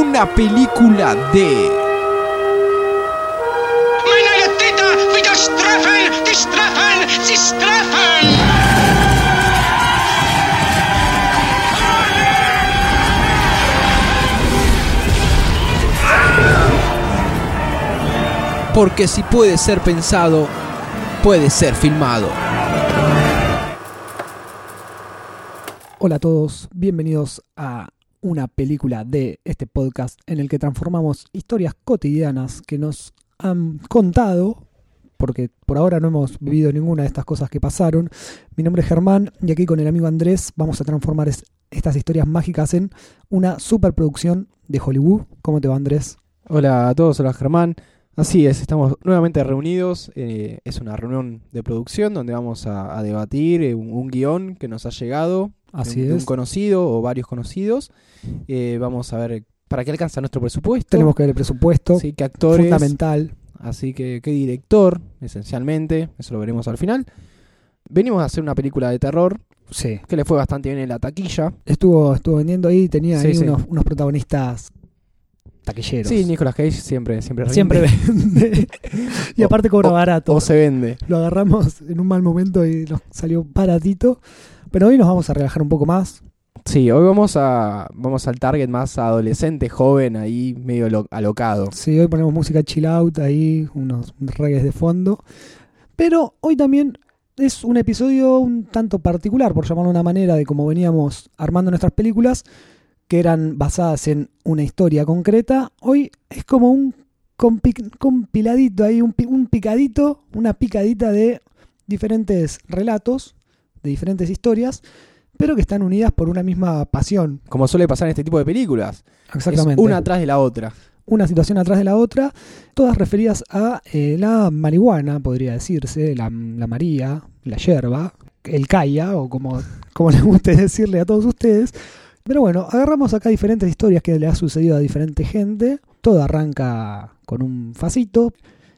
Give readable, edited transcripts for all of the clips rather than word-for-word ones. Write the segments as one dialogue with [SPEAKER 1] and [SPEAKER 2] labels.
[SPEAKER 1] una película de...
[SPEAKER 2] Meine Täter widerstreffen, die Strafen, sie strafen!
[SPEAKER 1] Porque si puede ser pensado, puede ser filmado.
[SPEAKER 3] Hola a todos, bienvenidos a una película de este podcast en el que transformamos historias cotidianas que nos han contado, porque por ahora no hemos vivido ninguna de estas cosas que pasaron. Mi nombre es Germán y aquí con el amigo Andrés vamos a transformar estas historias mágicas en una superproducción de Hollywood. ¿Cómo te va, Andrés?
[SPEAKER 4] Hola a todos, hola Germán. Así es, estamos nuevamente reunidos. Es una reunión de producción donde vamos a debatir un guión que nos ha llegado.
[SPEAKER 3] Así
[SPEAKER 4] de un
[SPEAKER 3] es.
[SPEAKER 4] conocido o varios conocidos. Vamos a ver para qué alcanza nuestro presupuesto.
[SPEAKER 3] Tenemos que ver el presupuesto,
[SPEAKER 4] Sí, qué actores.
[SPEAKER 3] fundamental.
[SPEAKER 4] Así que qué director, esencialmente. Eso lo veremos al final. Venimos a hacer una película de terror
[SPEAKER 3] Sí.
[SPEAKER 4] que le fue bastante bien en la taquilla.
[SPEAKER 3] Estuvo vendiendo ahí, tenía
[SPEAKER 4] Sí,
[SPEAKER 3] ahí
[SPEAKER 4] sí.
[SPEAKER 3] unos protagonistas taquilleros.
[SPEAKER 4] Sí, Nicolas Cage siempre rinde.
[SPEAKER 3] Siempre vende. Y aparte cobra barato.
[SPEAKER 4] O se vende.
[SPEAKER 3] Lo agarramos en un mal momento y nos salió baratito. Pero hoy nos vamos a relajar un poco más.
[SPEAKER 4] Sí, hoy vamos al target más adolescente, joven, ahí medio alocado.
[SPEAKER 3] Sí, hoy ponemos música chill out ahí, unos reggaes de fondo. Pero hoy también es un episodio un tanto particular, por llamarlo de una manera, de cómo veníamos armando nuestras películas, que eran basadas en una historia concreta. Hoy es como un compiladito ahí, un picadito, una picadita de diferentes relatos, de diferentes historias, pero que están unidas por una misma pasión.
[SPEAKER 4] Como suele pasar en este tipo de películas.
[SPEAKER 3] Exactamente.
[SPEAKER 4] Es una atrás de la otra.
[SPEAKER 3] Una situación atrás de la otra, todas referidas a la marihuana, podría decirse, la María, la yerba, el calla, o como les guste decirle a todos ustedes. Pero bueno, agarramos acá diferentes historias que le ha sucedido a diferente gente. Todo arranca con un facito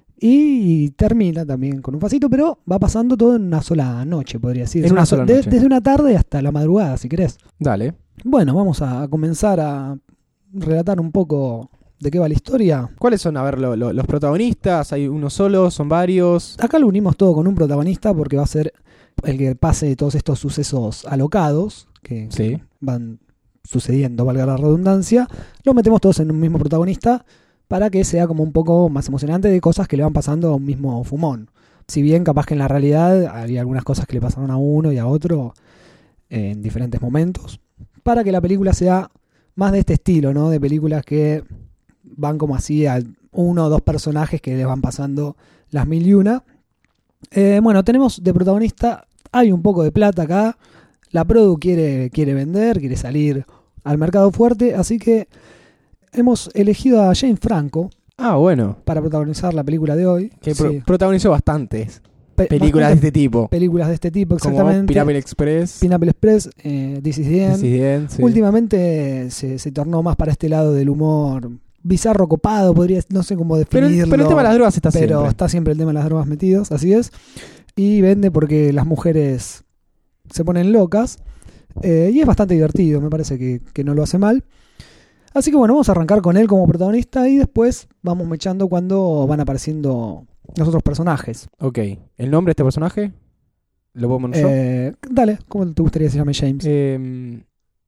[SPEAKER 3] y termina también con un facito, pero va pasando todo en una sola noche, podría decir.
[SPEAKER 4] En una sola noche.
[SPEAKER 3] Desde una tarde hasta la madrugada, si querés.
[SPEAKER 4] Dale.
[SPEAKER 3] Bueno, vamos a comenzar a relatar un poco de qué va la historia.
[SPEAKER 4] ¿Cuáles son, a ver, los protagonistas? ¿Hay uno solo? ¿Son varios?
[SPEAKER 3] Acá lo unimos todo con un protagonista porque va a ser el que pase todos estos sucesos alocados que
[SPEAKER 4] Sí.
[SPEAKER 3] van sucediendo, valga la redundancia. Lo metemos todos en un mismo protagonista para que sea como un poco más emocionante de cosas que le van pasando a un mismo fumón. Si bien capaz que en la realidad había algunas cosas que le pasaron a uno y a otro en diferentes momentos, para que la película sea más de este estilo, ¿no? De películas que van como así a uno o dos personajes que les van pasando las mil y una. Bueno, tenemos de protagonista, hay un poco de plata acá. La produ quiere vender, quiere salir al mercado fuerte, así que hemos elegido a James Franco
[SPEAKER 4] Ah, bueno.
[SPEAKER 3] para protagonizar la película de hoy.
[SPEAKER 4] Que
[SPEAKER 3] Sí.
[SPEAKER 4] protagonizó bastantes películas de
[SPEAKER 3] Bastantes
[SPEAKER 4] este tipo.
[SPEAKER 3] películas de este tipo,
[SPEAKER 4] Como
[SPEAKER 3] exactamente.
[SPEAKER 4] Pineapple Express.
[SPEAKER 3] Pineapple Express, This is the End.
[SPEAKER 4] Dissident, sí.
[SPEAKER 3] Últimamente se tornó más para este lado del humor bizarro, copado, podría, no sé cómo
[SPEAKER 4] Pero
[SPEAKER 3] definirlo.
[SPEAKER 4] el tema de las drogas está
[SPEAKER 3] pero
[SPEAKER 4] siempre.
[SPEAKER 3] está siempre el tema de las drogas metidos, así es. Y vende porque las mujeres se ponen locas. Y es bastante divertido, me parece que no lo hace mal. Así que bueno, vamos a arrancar con él como protagonista y después vamos mechando cuando van apareciendo los otros personajes.
[SPEAKER 4] Ok. ¿El nombre de este personaje? ¿Lo puedo poner yo?
[SPEAKER 3] Dale, ¿cómo te gustaría que se llame James?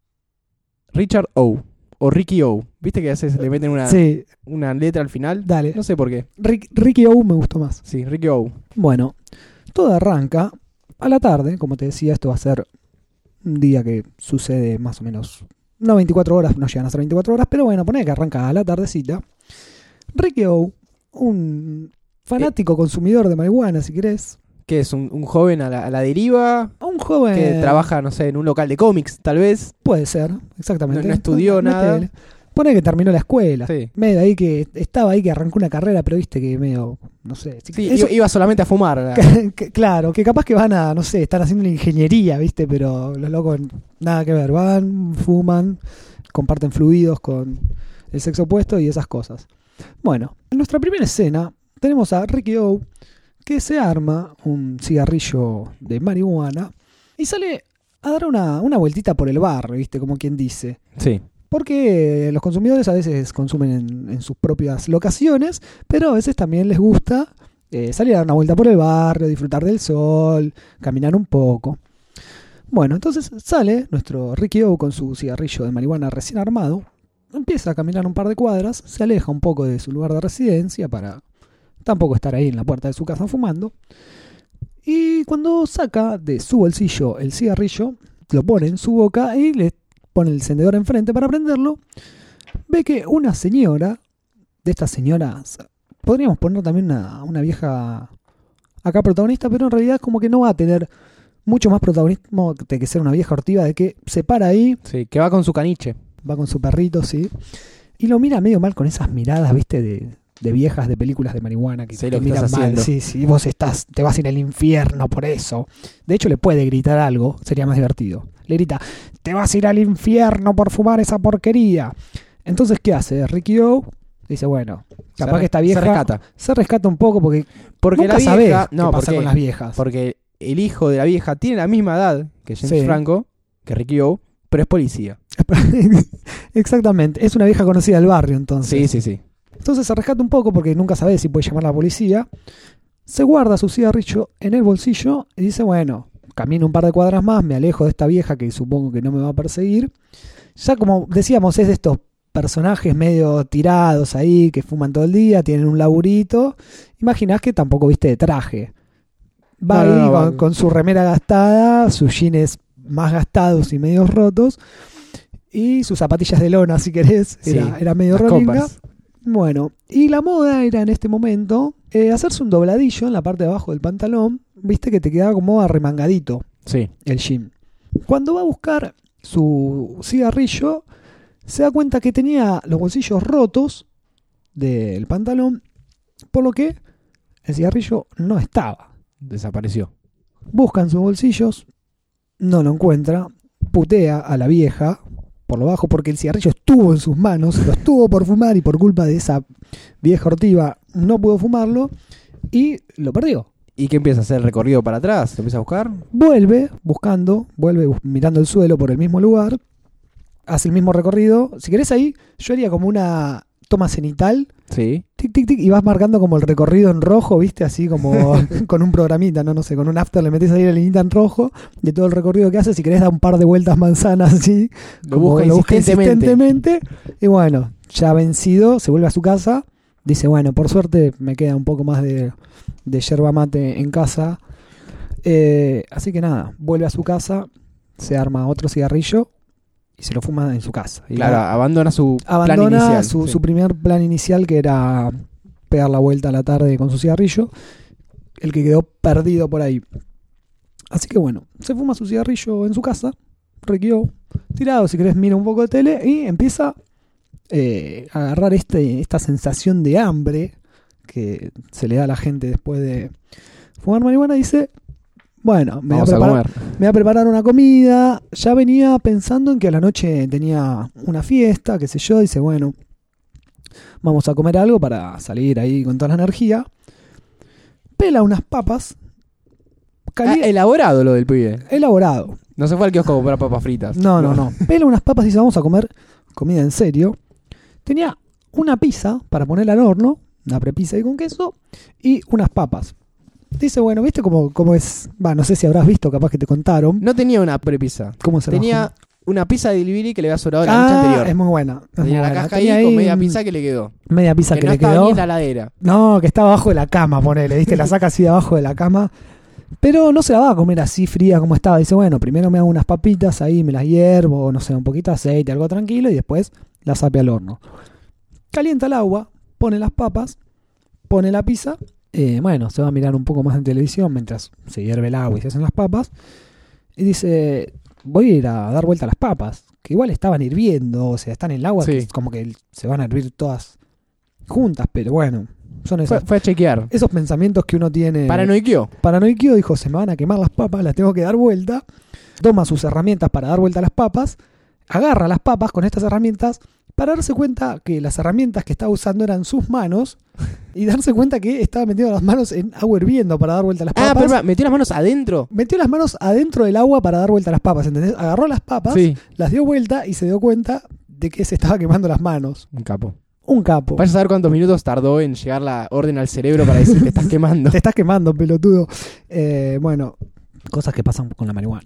[SPEAKER 4] Richard O. O Ricky O. ¿Viste que a veces le meten
[SPEAKER 3] Sí,
[SPEAKER 4] una letra al final?
[SPEAKER 3] dale.
[SPEAKER 4] No sé por qué.
[SPEAKER 3] Ricky O me gustó más.
[SPEAKER 4] Sí, Ricky O.
[SPEAKER 3] Bueno, todo arranca a la tarde, como te decía, esto va a ser un día que sucede más o menos, no 24 horas, no llegan a ser 24 horas, pero bueno, poné que arranca a la tardecita. Ricky O, un fanático consumidor de marihuana, si querés,
[SPEAKER 4] Que es un joven a la deriva
[SPEAKER 3] un joven
[SPEAKER 4] que trabaja, no sé, en un local de cómics, tal vez.
[SPEAKER 3] puede ser, exactamente.
[SPEAKER 4] No estudió nada.
[SPEAKER 3] Métele. Pone que terminó la escuela.
[SPEAKER 4] Sí.
[SPEAKER 3] Medio ahí que estaba ahí que arrancó una carrera, pero viste que medio, no sé.
[SPEAKER 4] Sí,
[SPEAKER 3] eso-
[SPEAKER 4] iba solamente a fumar.
[SPEAKER 3] Claro, que capaz que van a, no sé, están haciendo una ingeniería, ¿viste? Pero los locos nada que ver, van, fuman, comparten fluidos con el sexo opuesto y esas cosas. Bueno, en nuestra primera escena tenemos a Ricky O que se arma un cigarrillo de marihuana y sale a dar una vueltita por el barrio, ¿viste? Como quien dice.
[SPEAKER 4] Sí.
[SPEAKER 3] Porque los consumidores a veces consumen en sus propias locaciones, pero a veces también les gusta salir a dar una vuelta por el barrio, disfrutar del sol, caminar un poco. Bueno, entonces sale nuestro Ricky O con su cigarrillo de marihuana recién armado, empieza a caminar un par de cuadras, se aleja un poco de su lugar de residencia para tampoco estar ahí en la puerta de su casa fumando. Y cuando saca de su bolsillo el cigarrillo, lo pone en su boca y le pone el encendedor enfrente para prenderlo, ve que una señora, de estas señoras, podríamos poner también una vieja acá protagonista, pero en realidad como que no va a tener mucho más protagonismo de que ser una vieja hortiva, de que se para ahí.
[SPEAKER 4] Sí, que va con su caniche.
[SPEAKER 3] Va con su perrito, sí. Y lo mira medio mal con esas miradas, viste, de viejas de películas de marihuana que
[SPEAKER 4] sé
[SPEAKER 3] te
[SPEAKER 4] lo que
[SPEAKER 3] miran
[SPEAKER 4] estás
[SPEAKER 3] mal.
[SPEAKER 4] haciendo.
[SPEAKER 3] Sí, sí, vos te vas a ir al infierno por eso. De hecho, le puede gritar algo, sería más divertido. Le grita, te vas a ir al infierno por fumar esa porquería. Entonces, ¿qué hace? Ricky O dice, bueno, capaz que esta vieja se rescata un poco porque
[SPEAKER 4] la
[SPEAKER 3] nunca
[SPEAKER 4] vieja,
[SPEAKER 3] sabés qué
[SPEAKER 4] no,
[SPEAKER 3] pasa
[SPEAKER 4] porque,
[SPEAKER 3] con las viejas.
[SPEAKER 4] Porque el hijo de la vieja tiene la misma edad que James
[SPEAKER 3] Sí.
[SPEAKER 4] Franco, que Ricky O, pero es policía.
[SPEAKER 3] Exactamente, es una vieja conocida del barrio entonces.
[SPEAKER 4] Sí.
[SPEAKER 3] Entonces se rescata un poco porque nunca sabe si puede llamar a la policía. Se guarda su cigarrillo en el bolsillo y dice, bueno, camino un par de cuadras más, me alejo de esta vieja que supongo que no me va a perseguir. Ya como decíamos, es de estos personajes medio tirados ahí, que fuman todo el día, tienen un laburito. Imaginás que tampoco viste de traje. Va ahí con su remera gastada, sus jeans más gastados y medios rotos, y sus zapatillas de lona, si querés,
[SPEAKER 4] Sí,
[SPEAKER 3] era medio
[SPEAKER 4] las
[SPEAKER 3] rolinga.
[SPEAKER 4] Converse.
[SPEAKER 3] Bueno, y la moda era en este momento hacerse un dobladillo en la parte de abajo del pantalón, viste que te quedaba como arremangadito
[SPEAKER 4] Sí.
[SPEAKER 3] el jean. Cuando va a buscar su cigarrillo, se da cuenta que tenía los bolsillos rotos del pantalón, por lo que el cigarrillo no estaba.
[SPEAKER 4] Desapareció.
[SPEAKER 3] Busca en sus bolsillos, no lo encuentra, putea a la vieja por lo bajo porque el cigarrillo estuvo en sus manos, lo estuvo por fumar y por culpa de esa vieja hortiva no pudo fumarlo y lo perdió.
[SPEAKER 4] ¿Y qué empieza a hacer? ¿El recorrido para atrás? ¿Lo empieza a buscar?
[SPEAKER 3] Vuelve mirando el suelo por el mismo lugar, hace el mismo recorrido. Si querés ahí, yo haría como una toma cenital,
[SPEAKER 4] Sí.
[SPEAKER 3] tic, tic, tic, y vas marcando como el recorrido en rojo, viste, así como con un programita, no sé, con un after le metés ahí la linita en rojo de todo el recorrido que hace. Si querés, da un par de vueltas manzanas así,
[SPEAKER 4] Lo
[SPEAKER 3] como
[SPEAKER 4] busca
[SPEAKER 3] lo busca
[SPEAKER 4] insistentemente.
[SPEAKER 3] y bueno, ya vencido, se vuelve a su casa, dice, bueno, por suerte me queda un poco más de yerba mate en casa, así que nada, vuelve a su casa, se arma otro cigarrillo y se lo fuma en su casa. Y
[SPEAKER 4] Claro, abandona su plan
[SPEAKER 3] abandona
[SPEAKER 4] inicial.
[SPEAKER 3] su,
[SPEAKER 4] Sí.
[SPEAKER 3] su primer plan inicial, que era pegar la vuelta a la tarde con su cigarrillo, el que quedó perdido por ahí. Así que bueno, se fuma su cigarrillo en su casa, Ricky O, tirado, si querés mira un poco de tele y empieza a agarrar esta sensación de hambre que se le da a la gente después de fumar marihuana. Dice, bueno, me
[SPEAKER 4] Vamos a comer.
[SPEAKER 3] voy a preparar una comida. Ya venía pensando en que a la noche tenía una fiesta, qué sé yo. Dice, bueno, vamos a comer algo para salir ahí con toda la energía. Pela unas papas.
[SPEAKER 4] Elaborado lo del pibe.
[SPEAKER 3] Elaborado.
[SPEAKER 4] No se fue al kiosco a comprar papas fritas.
[SPEAKER 3] No. Pela unas papas y dice, vamos a comer comida en serio. Tenía una pizza para ponerla al horno, una prepizza y con queso, y unas papas. Dice, bueno, ¿viste cómo es? No sé si habrás visto, capaz que te contaron.
[SPEAKER 4] No tenía una prepizza.
[SPEAKER 3] ¿Cómo se
[SPEAKER 4] Tenía una pizza de delivery que le había sobrado la noche anterior.
[SPEAKER 3] Es muy buena. Es muy
[SPEAKER 4] Tenía la
[SPEAKER 3] buena.
[SPEAKER 4] caja
[SPEAKER 3] Tenía
[SPEAKER 4] ahí con
[SPEAKER 3] ahí
[SPEAKER 4] media pizza que le quedó.
[SPEAKER 3] media pizza que
[SPEAKER 4] no
[SPEAKER 3] le
[SPEAKER 4] estaba
[SPEAKER 3] quedó.
[SPEAKER 4] ni en la heladera.
[SPEAKER 3] No, que estaba abajo de la cama, ponele, ¿viste? La saca así de abajo de la cama. Pero no se la va a comer así fría como estaba. Dice, bueno, primero me hago unas papitas ahí, me las hiervo, no sé, un poquito de aceite, algo tranquilo, y después las sape al horno. Calienta el agua, pone las papas, pone la pizza. Bueno, se va a mirar un poco más en televisión mientras se hierve el agua y se hacen las papas. Y dice, voy a ir a dar vuelta a las papas, que igual estaban hirviendo, o sea, están en el agua,
[SPEAKER 4] Sí.
[SPEAKER 3] que como que se van a hervir todas juntas, pero bueno, son
[SPEAKER 4] Fue a chequear.
[SPEAKER 3] esos pensamientos que uno tiene.
[SPEAKER 4] Paranoiqueó.
[SPEAKER 3] Paranoiqueo, dijo, se me van a quemar las papas, las tengo que dar vuelta. Toma sus herramientas para dar vuelta a las papas, agarra las papas con estas herramientas para darse cuenta que las herramientas que estaba usando eran sus manos y darse cuenta que estaba metiendo las manos en agua hirviendo para dar vuelta a las papas.
[SPEAKER 4] Pero metió las manos adentro.
[SPEAKER 3] Metió las manos adentro del agua para dar vuelta a las papas, ¿entendés? Agarró las papas,
[SPEAKER 4] Sí.
[SPEAKER 3] las dio vuelta y se dio cuenta de que se estaba quemando las manos.
[SPEAKER 4] Un capo.
[SPEAKER 3] Un capo.
[SPEAKER 4] Vaya a saber cuántos minutos tardó en llegar la orden al cerebro para decir te estás quemando.
[SPEAKER 3] Te estás quemando, pelotudo. Bueno, cosas que pasan con la marihuana.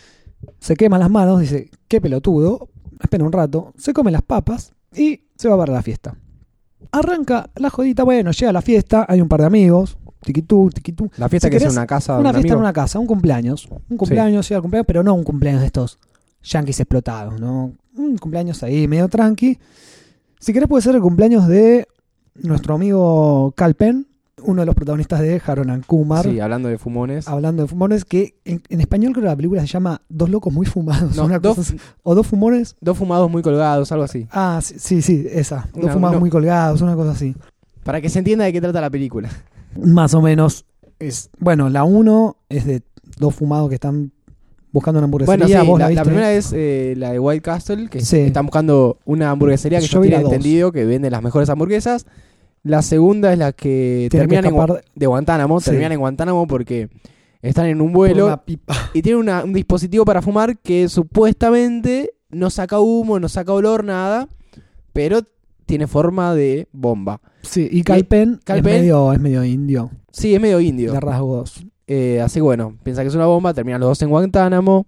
[SPEAKER 3] Se queman las manos, dice, qué pelotudo. Espera un rato, se come las papas y se va para la fiesta. Arranca la jodita, bueno, llega a la fiesta, hay un par de amigos, tiquitú.
[SPEAKER 4] La fiesta
[SPEAKER 3] Si
[SPEAKER 4] que es en
[SPEAKER 3] querés,
[SPEAKER 4] una casa de
[SPEAKER 3] una
[SPEAKER 4] un
[SPEAKER 3] fiesta
[SPEAKER 4] amigo.
[SPEAKER 3] en una casa, un cumpleaños. Un cumpleaños, llega el cumpleaños, pero no un cumpleaños de estos yanquis explotados, ¿no? Un cumpleaños ahí medio tranqui. Si querés puede ser el cumpleaños de nuestro amigo Kal Penn, uno de los protagonistas de Harold and Kumar.
[SPEAKER 4] Sí, hablando de fumones.
[SPEAKER 3] Hablando de fumones, que en español creo que la película se llama Dos locos muy fumados.
[SPEAKER 4] No,
[SPEAKER 3] una cosa así. O dos fumones.
[SPEAKER 4] Dos fumados muy colgados, algo así.
[SPEAKER 3] Ah, sí, esa. Dos
[SPEAKER 4] Una-
[SPEAKER 3] fumados
[SPEAKER 4] no.
[SPEAKER 3] muy colgados, una cosa así.
[SPEAKER 4] Para que se entienda de qué trata la película.
[SPEAKER 3] Más o menos. Bueno, la 1 es de dos fumados que están buscando una hamburguesería.
[SPEAKER 4] Bueno, sí,
[SPEAKER 3] ¿Vos
[SPEAKER 4] la
[SPEAKER 3] viste?
[SPEAKER 4] primera es la de White Castle, que
[SPEAKER 3] Sí.
[SPEAKER 4] están buscando una hamburguesería que
[SPEAKER 3] Yo
[SPEAKER 4] yo
[SPEAKER 3] vi
[SPEAKER 4] tienen
[SPEAKER 3] la dos.
[SPEAKER 4] entendido que vende las mejores hamburguesas. La segunda es la que
[SPEAKER 3] Tienen que
[SPEAKER 4] terminan
[SPEAKER 3] escapar
[SPEAKER 4] de Guantánamo.
[SPEAKER 3] Sí.
[SPEAKER 4] Terminan en Guantánamo porque están en un
[SPEAKER 3] por
[SPEAKER 4] vuelo
[SPEAKER 3] una pipa.
[SPEAKER 4] y tienen un dispositivo para fumar que supuestamente no saca humo, no saca olor, nada, pero tiene forma de bomba.
[SPEAKER 3] Sí, y Kal Penn
[SPEAKER 4] Kal
[SPEAKER 3] es
[SPEAKER 4] Penn-
[SPEAKER 3] medio indio,
[SPEAKER 4] Sí, es medio indio.
[SPEAKER 3] de rasgos.
[SPEAKER 4] Así que bueno, piensa que es una bomba, terminan los dos en Guantánamo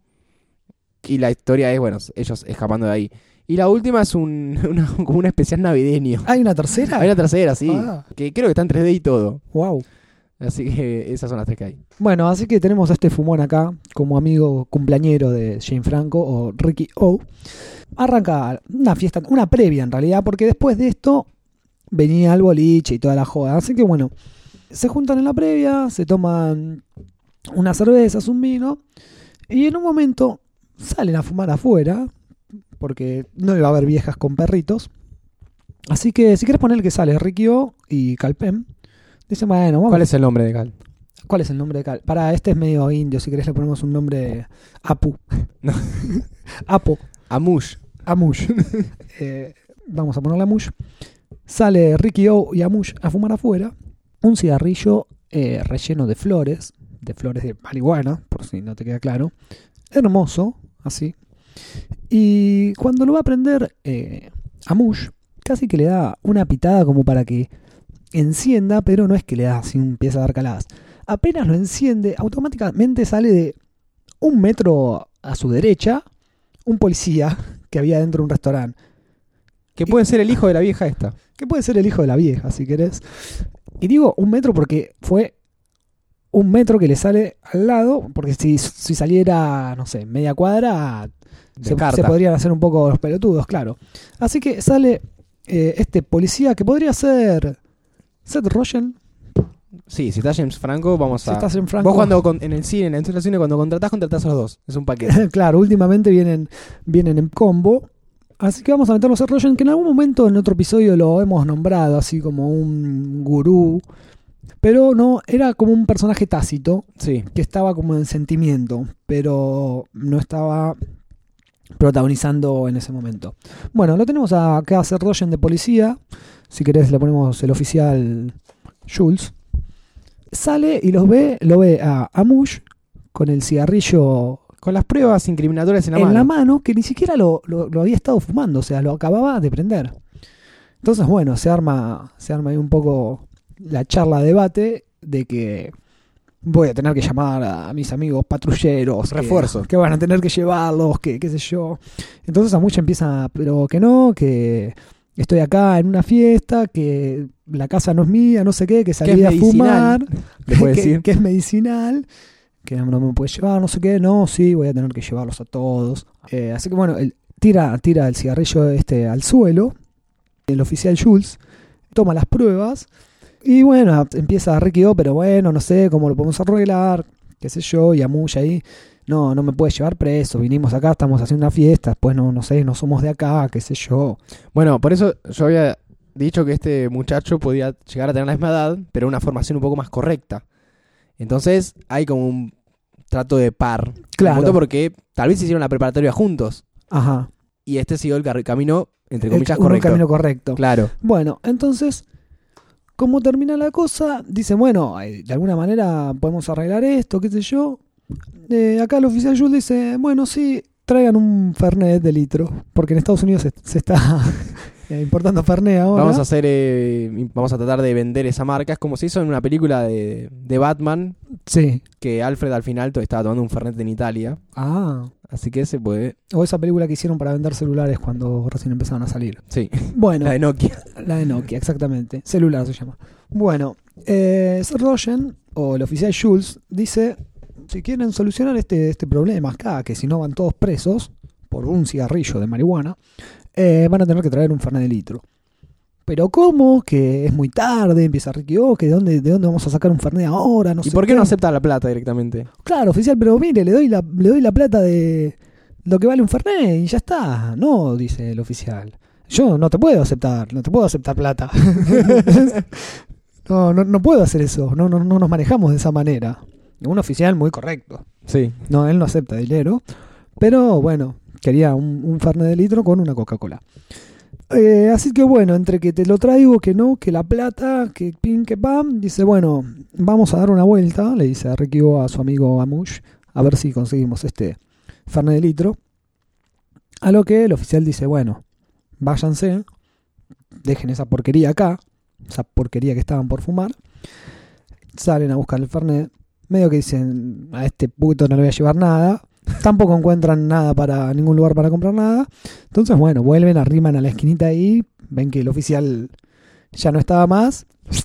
[SPEAKER 4] y la historia es, bueno, ellos escapando de ahí. Y la última es como un especial navideño.
[SPEAKER 3] ¿Hay una tercera?
[SPEAKER 4] Hay una tercera, sí,
[SPEAKER 3] Ah.
[SPEAKER 4] que creo que está en 3D y todo.
[SPEAKER 3] Wow.
[SPEAKER 4] Así que esas son las tres que hay.
[SPEAKER 3] Bueno, así que tenemos a este fumón acá como amigo cumpleañero de Jane Franco o Ricky O. Arranca una fiesta, una previa en realidad, porque después de esto venía el boliche y toda la joda. Así que bueno, se juntan en la previa, se toman unas cervezas, un vino, y en un momento salen a fumar afuera, porque no iba a haber viejas con perritos. Así que si quieres poner que sale Ricky O y Kal Penn, dicen, bueno, vamos.
[SPEAKER 4] ¿Cuál es el nombre de Cal?
[SPEAKER 3] ¿Cuál es el nombre de Cal? Para este es medio indio, si querés le ponemos un nombre Apu.
[SPEAKER 4] No.
[SPEAKER 3] Apo.
[SPEAKER 4] Amush.
[SPEAKER 3] Amush. Vamos a ponerle Amush. Sale Ricky O y Amush a fumar afuera. Un cigarrillo relleno de flores de marihuana, por si no te queda claro. Hermoso, así. Y cuando lo va a prender Amush, casi que le da una pitada como para que encienda, pero no es que le da así, empieza a dar caladas. Apenas lo enciende, automáticamente sale de 1 metro a su derecha un policía que había dentro de un restaurante.
[SPEAKER 4] Que puede ser el hijo de la vieja esta.
[SPEAKER 3] Que puede ser el hijo de la vieja, si querés. Y digo 1 metro porque fue 1 metro que le sale al lado, porque si saliera, no sé, media cuadra, se podrían hacer un poco los pelotudos, claro. Así que sale este policía que podría ser Seth Rogen.
[SPEAKER 4] Sí, si está James Franco, vamos
[SPEAKER 3] Si
[SPEAKER 4] a...
[SPEAKER 3] estás en Franco.
[SPEAKER 4] Vos cuando en el cine, en la industria del cine, cuando contratás a los dos. Es un paquete.
[SPEAKER 3] Claro, últimamente vienen en combo. Así que vamos a meternos a Seth Rogen, que en algún momento en otro episodio lo hemos nombrado así como un gurú. Pero no, era como un personaje tácito
[SPEAKER 4] Sí.
[SPEAKER 3] que estaba como en sentimiento, pero no estaba protagonizando en ese momento. Bueno, lo tenemos acá a Seth Rogen de policía. Si querés le ponemos el oficial Jules. Sale y lo ve a Amush con el cigarrillo
[SPEAKER 4] Con las pruebas incriminatorias en la mano.
[SPEAKER 3] que ni siquiera lo había estado fumando, o sea, lo acababa de prender. Entonces, bueno, se arma ahí un poco la charla, debate de que voy a tener que llamar a mis amigos patrulleros,
[SPEAKER 4] Refuerzo.
[SPEAKER 3] que van a tener que llevarlos, que qué sé yo. Entonces Amush empieza, pero que no, que estoy acá en una fiesta, que la casa no es mía, no sé qué, que salí
[SPEAKER 4] Que es
[SPEAKER 3] a fumar,
[SPEAKER 4] medicinal, le puede decir.
[SPEAKER 3] que es medicinal, que no me puede llevar, no sé qué, no, sí, voy a tener que llevarlos a todos. Así que bueno, él tira el cigarrillo al suelo, el oficial Jules toma las pruebas y bueno, empieza Ricky O, pero bueno, no sé cómo lo podemos arreglar, qué sé yo, y Amush ahí, no me puede llevar preso, vinimos acá, estamos haciendo una fiesta, después no sé, no somos de acá, qué sé yo.
[SPEAKER 4] Bueno, por eso yo había dicho que este muchacho podía llegar a tener la misma edad, pero una formación un poco más correcta. Entonces hay como un trato de par.
[SPEAKER 3] Claro.
[SPEAKER 4] Un punto porque tal vez hicieron la preparatoria juntos
[SPEAKER 3] Ajá.
[SPEAKER 4] y este siguió el camino, entre comillas,
[SPEAKER 3] Un
[SPEAKER 4] correcto.
[SPEAKER 3] camino correcto.
[SPEAKER 4] Claro.
[SPEAKER 3] Bueno, entonces, ¿cómo termina la cosa? Dice, bueno, de alguna manera podemos arreglar esto, qué sé yo. Acá el oficial Jules dice, bueno, sí, traigan un Fernet de litro, porque en Estados Unidos se está importando Fernet ahora.
[SPEAKER 4] Vamos a tratar de vender esa marca. Es como se hizo en una película de Batman,
[SPEAKER 3] Sí.
[SPEAKER 4] que Alfred al final estaba tomando un Fernet en Italia.
[SPEAKER 3] Ah.
[SPEAKER 4] Así que se puede.
[SPEAKER 3] O esa película que hicieron para vender celulares cuando recién empezaron a salir.
[SPEAKER 4] Sí.
[SPEAKER 3] Bueno.
[SPEAKER 4] La de Nokia.
[SPEAKER 3] La de Nokia, exactamente. Celular se llama. Bueno, Seth Rogen, o el oficial Schultz, dice, si quieren solucionar este problema acá, que si no van todos presos por un cigarrillo de marihuana, van a tener que traer un Fernet de litro. Pero ¿cómo? Que es muy tarde, empieza Ricky O, que ¿de dónde vamos a sacar un Fernet ahora? No
[SPEAKER 4] ¿Y
[SPEAKER 3] sé
[SPEAKER 4] por qué
[SPEAKER 3] qué.
[SPEAKER 4] no acepta la plata directamente?
[SPEAKER 3] Claro, oficial, pero mire, le doy la plata de lo que vale un Fernet y ya está. No, dice el oficial. Yo no te puedo aceptar plata. No puedo hacer eso. No nos manejamos de esa manera. Un oficial muy correcto.
[SPEAKER 4] Sí.
[SPEAKER 3] No, él no acepta dinero. Pero bueno, quería un Fernet de litro con una Coca-Cola. Así que bueno, entre que te lo traigo, que no, que la plata, que pin, que pam, dice, bueno, vamos a dar una vuelta, le dice a Ricky O a su amigo Amush, a ver si conseguimos este Fernet de litro. A lo que el oficial dice, bueno, váyanse, dejen esa porquería acá, esa porquería que estaban por fumar. Salen a buscar el Fernet, medio que dicen, a este puto no le voy a llevar nada. Tampoco encuentran ningún lugar para comprar nada. Entonces, bueno, vuelven, arriman a la esquinita ahí, ven que el oficial ya no estaba más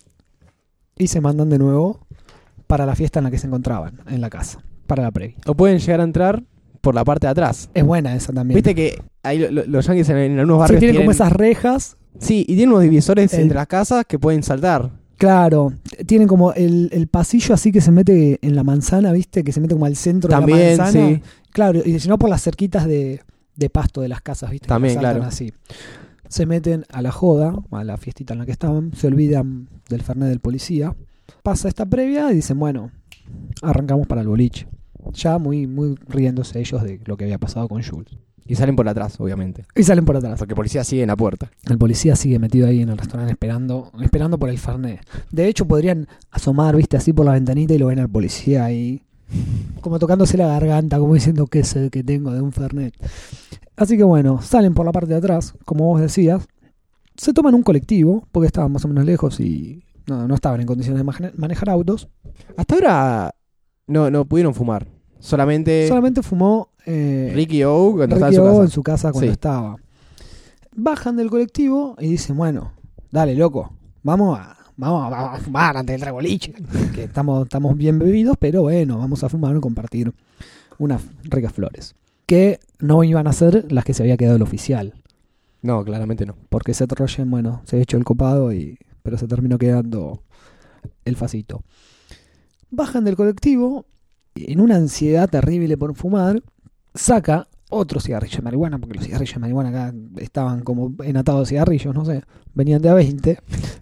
[SPEAKER 3] y se mandan de nuevo para la fiesta en la que se encontraban, en la casa, para la previa.
[SPEAKER 4] O pueden llegar a entrar por la parte de atrás.
[SPEAKER 3] Es buena esa también.
[SPEAKER 4] Viste que ahí los yankees en algunos
[SPEAKER 3] Sí,
[SPEAKER 4] barrios
[SPEAKER 3] tienen como esas rejas.
[SPEAKER 4] Sí, y tienen unos divisores entre las casas que pueden saltar.
[SPEAKER 3] Claro, tienen como el pasillo así que se mete en la manzana, ¿viste? Que se mete como al centro
[SPEAKER 4] También,
[SPEAKER 3] de la manzana.
[SPEAKER 4] sí.
[SPEAKER 3] Claro, y si no por las cerquitas de pasto de las casas, ¿viste?
[SPEAKER 4] También,
[SPEAKER 3] Que saltan
[SPEAKER 4] claro.
[SPEAKER 3] así. Se meten a la joda, a la fiestita en la que estaban, se olvidan del Fernet del policía. Pasa esta previa y dicen, bueno, arrancamos para el boliche. Ya muy, muy riéndose ellos de lo que había pasado con Jules.
[SPEAKER 4] Y salen por atrás, obviamente.
[SPEAKER 3] Y salen por atrás.
[SPEAKER 4] Porque el policía sigue en la puerta.
[SPEAKER 3] El policía sigue metido ahí en el restaurante esperando por el Fernet. De hecho, podrían asomar, viste, así por la ventanita y lo ven al policía ahí, como tocándose la garganta, como diciendo qué sed que tengo de un Fernet. Así que bueno, salen por la parte de atrás, como vos decías. Se toman un colectivo, porque estaban más o menos lejos y no estaban en condiciones de manejar autos.
[SPEAKER 4] Hasta ahora no pudieron fumar. Solamente
[SPEAKER 3] fumó
[SPEAKER 4] Ricky O cuando estaba
[SPEAKER 3] Ricky O
[SPEAKER 4] en
[SPEAKER 3] en su casa cuando
[SPEAKER 4] Sí.
[SPEAKER 3] estaba. Bajan del colectivo y dicen, bueno, dale, loco, vamos a fumar antes del tragoliche. Que estamos bien bebidos, pero bueno, vamos a fumar y compartir unas ricas flores. Que no iban a ser las que se había quedado el oficial.
[SPEAKER 4] No, claramente no.
[SPEAKER 3] Porque Seth Rogen, bueno, se había hecho el copado, pero se terminó quedando el facito. Bajan del colectivo, en una ansiedad terrible por fumar, saca otro cigarrillo de marihuana, porque los cigarrillos de marihuana acá estaban como enatados de cigarrillos, no sé, venían de a 20.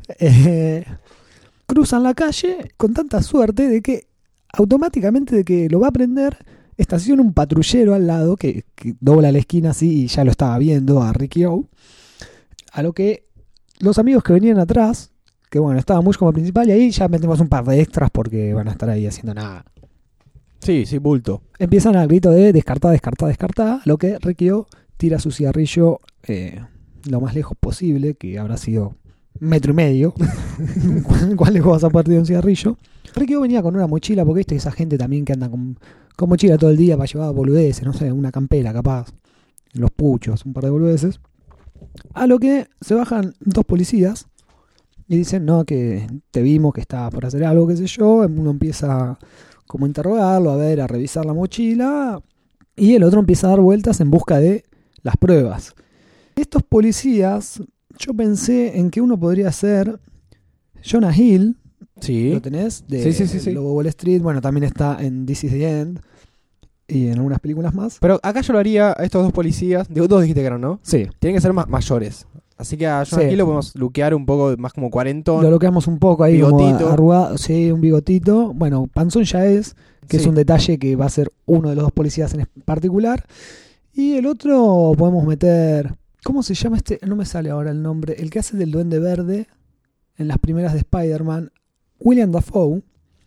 [SPEAKER 3] Cruzan la calle con tanta suerte de que automáticamente de que lo va a prender, estaciona un patrullero al lado que dobla la esquina así y ya lo estaba viendo a Ricky O. A lo que los amigos que venían atrás, que bueno, estaba Mush como principal, y ahí ya metemos un par de extras porque van a estar ahí haciendo nada.
[SPEAKER 4] Sí, bulto.
[SPEAKER 3] Empiezan al grito de descartá, a lo que Ricky O tira su cigarrillo lo más lejos posible, que habrá sido 1,5 metros. ¿Cuál lejos vas a partir de un cigarrillo? Ricky O venía con una mochila, porque viste esa gente también que anda con mochila todo el día para llevar boludeces, no sé, una campera capaz, los puchos, un par de boludeces. A lo que se bajan 2 policías y dicen, no, que te vimos que estabas por hacer algo, qué sé yo. Uno empieza como a interrogarlo, a revisar la mochila, y el otro empieza a dar vueltas en busca de las pruebas. Estos policías, yo pensé en que uno podría ser Jonah Hill.
[SPEAKER 4] Sí.
[SPEAKER 3] ¿Lo tenés? De
[SPEAKER 4] Sí.
[SPEAKER 3] Lobo Wall Street. Bueno, también está en This is the End y en algunas películas más.
[SPEAKER 4] Pero acá yo lo haría a estos 2 policías. Digo, 2 dijiste que eran, ¿no?
[SPEAKER 3] Sí.
[SPEAKER 4] Tienen que ser mayores. Así que a Jonah
[SPEAKER 3] Sí.
[SPEAKER 4] Hill lo podemos luquear un poco más como cuarentón.
[SPEAKER 3] Lo bloqueamos un poco ahí,
[SPEAKER 4] Bigotito.
[SPEAKER 3] como arrugado. Sí, un bigotito. Bueno, panzón ya es, que es
[SPEAKER 4] Sí.
[SPEAKER 3] un detalle que va a ser uno de los 2 policías en particular. Y el otro podemos meter... ¿Cómo se llama este? No me sale ahora el nombre. El que hace del Duende Verde en las primeras de Spider-Man. William Dafoe.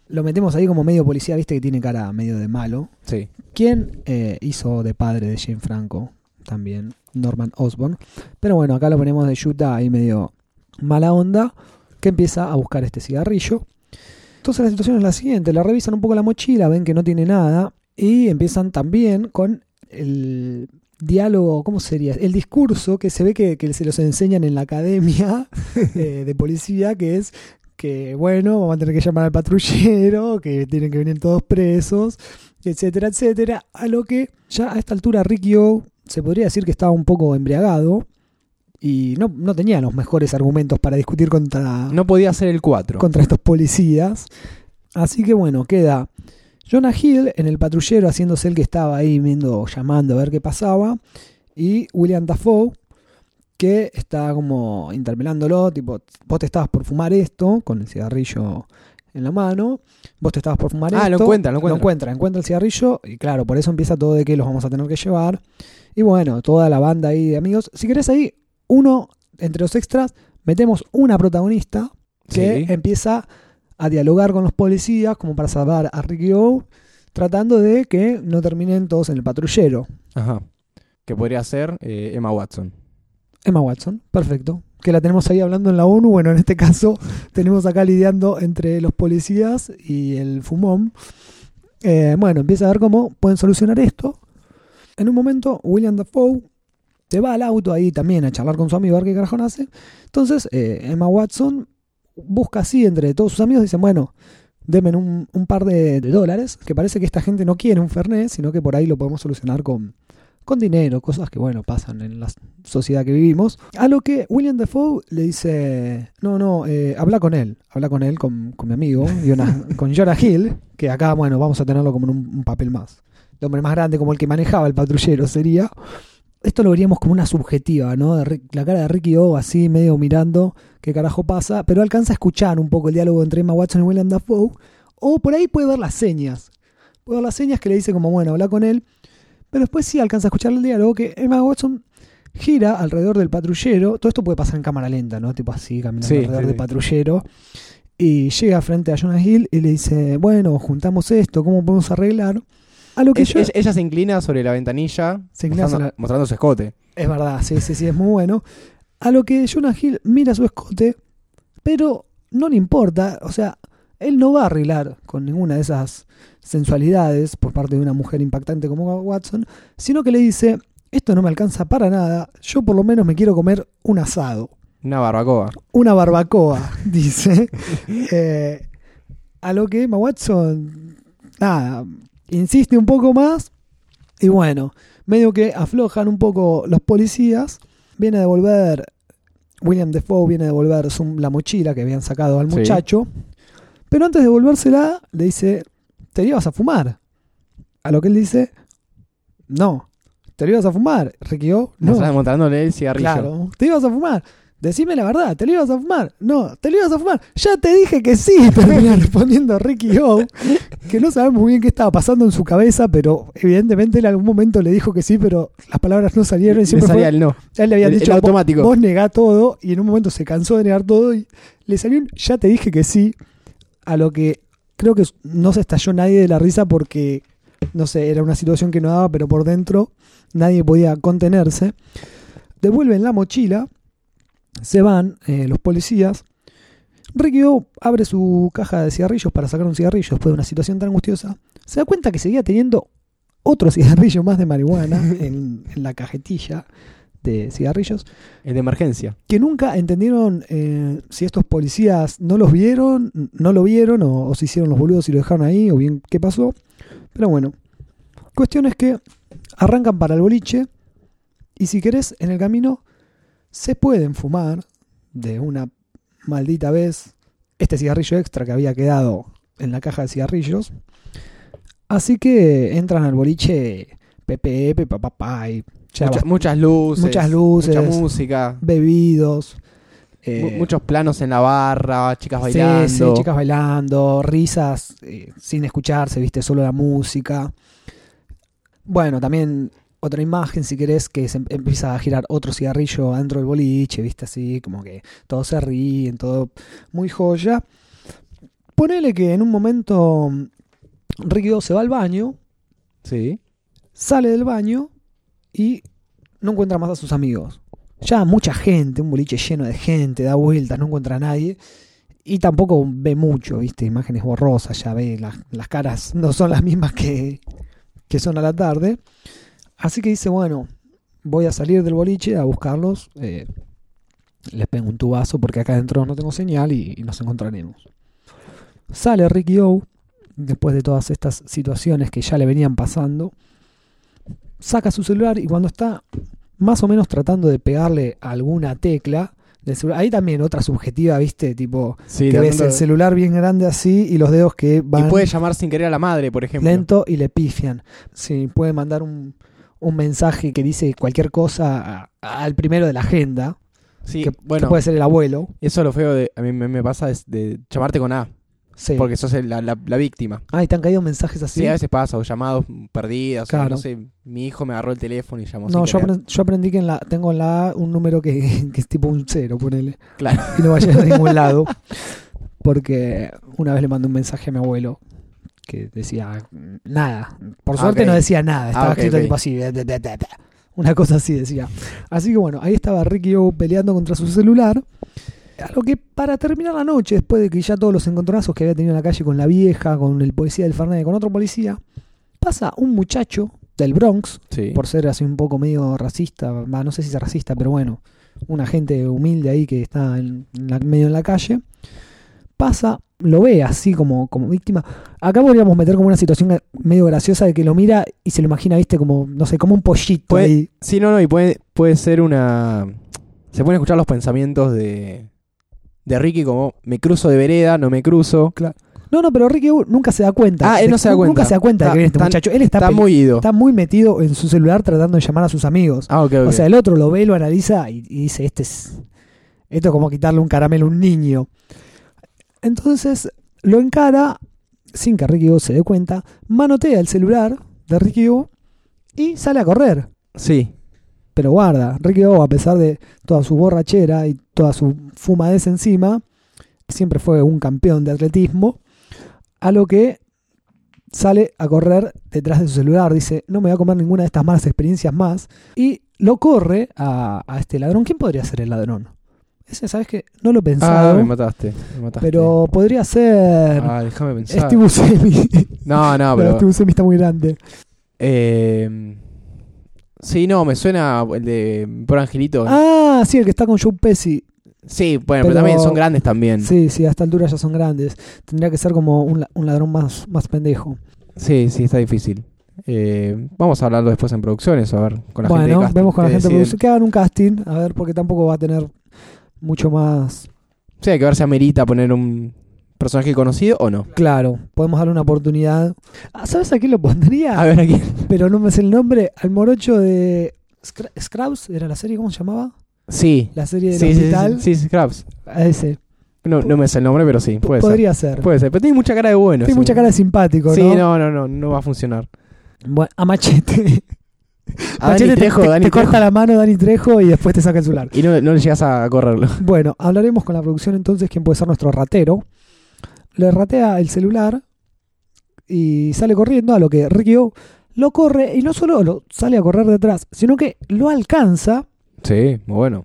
[SPEAKER 3] lo metemos ahí como medio policía, viste que tiene cara medio de malo.
[SPEAKER 4] Sí.
[SPEAKER 3] ¿Quién hizo de padre de Jane Franco? También Norman Osborn. Pero bueno, acá lo ponemos de Utah ahí medio mala onda, que empieza a buscar este cigarrillo. Entonces la situación es la siguiente, le revisan un poco la mochila, ven que no tiene nada y empiezan también con el diálogo, ¿cómo sería? El discurso que se ve que se los enseñan en la academia de policía, que es que, bueno, vamos a tener que llamar al patrullero, que tienen que venir todos presos, etcétera, etcétera. A lo que ya a esta altura Ricky O se podría decir que estaba un poco embriagado y no tenía los mejores argumentos para discutir
[SPEAKER 4] No podía ser el 4.
[SPEAKER 3] contra estos policías. Así que bueno, queda Jonah Hill en el patrullero haciéndose el que estaba ahí viendo, llamando a ver qué pasaba, y William Dafoe, que está como interpelándolo, tipo, vos te estabas por fumar esto, con el cigarrillo en la mano, vos te estabas por fumar esto.
[SPEAKER 4] Lo encuentra
[SPEAKER 3] Encuentra el cigarrillo, y claro, por eso empieza todo de que los vamos a tener que llevar. Y bueno, toda la banda ahí de amigos. Si querés ahí, entre los extras, metemos una protagonista que empieza a dialogar con los policías como para salvar a Ricky O, tratando de que no terminen todos en el patrullero.
[SPEAKER 4] Ajá. Que podría ser Emma Watson.
[SPEAKER 3] Emma Watson, perfecto. Que la tenemos ahí hablando en la ONU. Bueno, en este caso tenemos acá lidiando entre los policías y el fumón. Bueno, empieza a ver cómo pueden solucionar esto. En un momento, William Dafoe se va al auto ahí también a charlar con su amigo a ver qué carajo hace. Entonces, Emma Watson busca así entre todos sus amigos y dicen, bueno, denme un par de dólares, que parece que esta gente no quiere un Fernet, sino que por ahí lo podemos solucionar con dinero, cosas que, bueno, pasan en la sociedad que vivimos. A lo que William Dafoe le dice, habla con él, con mi amigo, con Jonah Hill, que acá, bueno, vamos a tenerlo como en un papel más. El hombre más grande, como el que manejaba el patrullero sería. Esto lo veríamos como una subjetiva, ¿no? La cara de Ricky O así medio mirando qué carajo pasa, pero alcanza a escuchar un poco el diálogo entre Emma Watson y William Dafoe, o por ahí puede ver las señas. Puede ver las señas que le dice como, bueno, habla con él, pero después sí alcanza a escuchar el diálogo que Emma Watson gira alrededor del patrullero. Todo esto puede pasar en cámara lenta, ¿no? Tipo así, caminando alrededor del patrullero. Y llega frente a Jonah Hill y le dice, bueno, juntamos esto, ¿cómo podemos arreglar? A lo que
[SPEAKER 4] ella se inclina sobre la ventanilla, mostrando su escote.
[SPEAKER 3] Es verdad, sí, es muy bueno. A lo que Jonah Hill mira su escote, pero no le importa, o sea, él no va a arreglar con ninguna de esas sensualidades por parte de una mujer impactante como Watson, sino que le dice, esto no me alcanza para nada, yo por lo menos me quiero comer un asado.
[SPEAKER 4] Una barbacoa.
[SPEAKER 3] Una barbacoa, dice. A lo que Emma Watson, insiste un poco más y bueno, medio que aflojan un poco los policías. William Dafoe viene a devolver la mochila que habían sacado al muchacho, pero antes de devolvérsela le dice, ¿te la ibas a fumar? A lo que él dice, no, ¿te la ibas a fumar? Ricky O, no.
[SPEAKER 4] Mostrándole el cigarrillo.
[SPEAKER 3] Claro, ¿te ibas a fumar? Decime la verdad, ¿te lo ibas a fumar? No, ¿te lo ibas a fumar? Ya te dije que sí, termina respondiendo Ricky O, que no sabemos muy bien qué estaba pasando en su cabeza, pero evidentemente en algún momento le dijo que sí, pero las palabras no salieron y siempre
[SPEAKER 4] salía el no.
[SPEAKER 3] Él le había dicho,
[SPEAKER 4] el automático.
[SPEAKER 3] Vos negá todo, y en un momento se cansó de negar todo y le salió un ya te dije que sí, a lo que creo que no se estalló nadie de la risa porque, no sé, era una situación que no daba, pero por dentro nadie podía contenerse. Devuelven la mochila. Se van los policías. Ricky O abre su caja de cigarrillos para sacar un cigarrillo después de una situación tan angustiosa. Se da cuenta que seguía teniendo otro cigarrillo más de marihuana en la cajetilla de cigarrillos.
[SPEAKER 4] El de emergencia.
[SPEAKER 3] Que nunca entendieron si estos policías no lo vieron o se hicieron los boludos y lo dejaron ahí o bien qué pasó. Pero bueno, cuestión es que arrancan para el boliche y si querés en el camino se pueden fumar de una maldita vez este cigarrillo extra que había quedado en la caja de cigarrillos. Así que entran al boliche Pepe, papá y
[SPEAKER 4] muchas luces, mucha música,
[SPEAKER 3] bebidos,
[SPEAKER 4] muchos planos en la barra, chicas bailando.
[SPEAKER 3] Sí, chicas bailando, risas sin escucharse, viste, solo la música. Bueno, también otra imagen, si querés, que se empieza a girar otro cigarrillo adentro del boliche, viste, así, como que todos se ríen, todo muy joya. Ponele que en un momento Riki-Do se va al baño,
[SPEAKER 4] Sí.
[SPEAKER 3] sale del baño y no encuentra más a sus amigos. Ya mucha gente, un boliche lleno de gente, da vueltas, no encuentra a nadie. Y tampoco ve mucho, ¿viste? Imágenes borrosas, ya ve, las caras no son las mismas que son a la tarde. Así que dice, bueno, voy a salir del boliche a buscarlos. Les pego un tubazo porque acá adentro no tengo señal y nos encontraremos. Sale Riki-Do, después de todas estas situaciones que ya le venían pasando. Saca su celular y cuando está más o menos tratando de pegarle a alguna tecla del celular, ahí también otra subjetiva, ¿viste? Tipo,
[SPEAKER 4] Sí,
[SPEAKER 3] que ves el celular bien grande así y los dedos que van
[SPEAKER 4] Y puede llamar sin querer a la madre, por ejemplo.
[SPEAKER 3] lento y le pifian. Sí, puede mandar un mensaje que dice cualquier cosa al primero de la agenda,
[SPEAKER 4] Sí,
[SPEAKER 3] que
[SPEAKER 4] bueno,
[SPEAKER 3] puede ser el abuelo.
[SPEAKER 4] eso es lo feo a mí me pasa es de llamarte con A,
[SPEAKER 3] Sí.
[SPEAKER 4] porque sos la víctima.
[SPEAKER 3] ¿Y te han caído mensajes así?
[SPEAKER 4] Sí, a veces pasa, o llamados perdidas,
[SPEAKER 3] Claro.
[SPEAKER 4] o no sé, mi hijo me agarró el teléfono y llamó
[SPEAKER 3] No,
[SPEAKER 4] sin querer.
[SPEAKER 3] yo aprendí que tengo en la A un número que es tipo un 0, ponele.
[SPEAKER 4] Claro.
[SPEAKER 3] Y no vaya a ningún lado. Porque una vez le mandé un mensaje a mi abuelo que decía nada. Por suerte
[SPEAKER 4] ok.
[SPEAKER 3] no decía nada. Estaba
[SPEAKER 4] Ok,
[SPEAKER 3] escrito
[SPEAKER 4] ok.
[SPEAKER 3] tipo así. Una cosa así decía. Así que bueno, ahí estaba Riki-Do peleando contra su celular. A lo que para terminar la noche, después de que ya todos los encontronazos que había tenido en la calle con la vieja, con el policía del Fernet, con otro policía, pasa un muchacho del Bronx,
[SPEAKER 4] Sí.
[SPEAKER 3] por ser así un poco medio racista, no sé si es racista, pero bueno, una gente humilde ahí que está medio en la calle, pasa, lo ve así como víctima. Acá podríamos meter como una situación medio graciosa de que lo mira y se lo imagina, viste, como, no sé, como un pollito ahí.
[SPEAKER 4] Sí, no, y puede ser una... Se pueden escuchar los pensamientos de Ricky como, me cruzo de vereda, no me cruzo.
[SPEAKER 3] No, pero Ricky nunca se da cuenta.
[SPEAKER 4] Él no se da cuenta.
[SPEAKER 3] Nunca se da cuenta de que viene este muchacho. Él
[SPEAKER 4] Está muy ido.
[SPEAKER 3] está muy metido en su celular tratando de llamar a sus amigos.
[SPEAKER 4] Ok.
[SPEAKER 3] O sea, el otro lo ve, lo analiza y dice, esto es como quitarle un caramelo a un niño. Entonces lo encara sin que Riki-Do se dé cuenta, manotea el celular de Riki-Do y sale a correr.
[SPEAKER 4] Sí.
[SPEAKER 3] Pero guarda, Riki-Do, a pesar de toda su borrachera y toda su fumadez encima, siempre fue un campeón de atletismo, a lo que sale a correr detrás de su celular. Dice, no me voy a comer ninguna de estas malas experiencias más. Y lo corre a este ladrón. ¿Quién podría ser el ladrón? Ese, ¿sabes qué? No lo he pensado.
[SPEAKER 4] Me mataste.
[SPEAKER 3] Pero podría ser
[SPEAKER 4] Déjame pensar.
[SPEAKER 3] Steve Buscemi.
[SPEAKER 4] No,
[SPEAKER 3] Pero
[SPEAKER 4] pero...
[SPEAKER 3] Steve Buscemi está muy grande.
[SPEAKER 4] Sí, no, me suena el de Por Angelito.
[SPEAKER 3] Sí, el que está con Joe Pesci.
[SPEAKER 4] Sí, bueno, pero
[SPEAKER 3] pero
[SPEAKER 4] también son grandes también.
[SPEAKER 3] Sí, a esta altura ya son grandes. Tendría que ser como un ladrón más pendejo.
[SPEAKER 4] Sí, está difícil. Vamos a hablarlo después en producciones, a ver, con la gente de
[SPEAKER 3] Bueno,
[SPEAKER 4] casting,
[SPEAKER 3] vemos con la
[SPEAKER 4] que
[SPEAKER 3] gente de
[SPEAKER 4] deciden.
[SPEAKER 3] producción. Que hagan un casting, a ver, porque tampoco va a tener mucho más.
[SPEAKER 4] Sí, hay que ver si amerita poner un personaje conocido o no.
[SPEAKER 3] Claro, podemos darle una oportunidad. ¿Sabes a quién lo pondría?
[SPEAKER 4] A ver aquí.
[SPEAKER 3] Pero no me sé el nombre. Al morocho de Scrubs, ¿era la serie? ¿Cómo se llamaba?
[SPEAKER 4] Sí.
[SPEAKER 3] La serie del
[SPEAKER 4] Sí,
[SPEAKER 3] hospital.
[SPEAKER 4] sí, Scraps.
[SPEAKER 3] A ese.
[SPEAKER 4] No me sé el nombre, pero sí, puede ser.
[SPEAKER 3] Podría ser.
[SPEAKER 4] Puede ser, pero tiene mucha cara de bueno.
[SPEAKER 3] Tiene mucha cara de simpático,
[SPEAKER 4] Sí,
[SPEAKER 3] ¿no?
[SPEAKER 4] no va a funcionar.
[SPEAKER 3] Bueno, a Machete.
[SPEAKER 4] A Dani
[SPEAKER 3] Machete
[SPEAKER 4] Trejo,
[SPEAKER 3] te
[SPEAKER 4] Dani
[SPEAKER 3] corta
[SPEAKER 4] Trejo.
[SPEAKER 3] la mano Dani Trejo y después te saca el celular.
[SPEAKER 4] Y no le llegas a correrlo.
[SPEAKER 3] Bueno, hablaremos con la producción entonces quién puede ser nuestro ratero. Le ratea el celular y sale corriendo, a lo que Riki-Do lo corre y no solo lo sale a correr detrás, sino que lo alcanza,
[SPEAKER 4] Sí, muy bueno.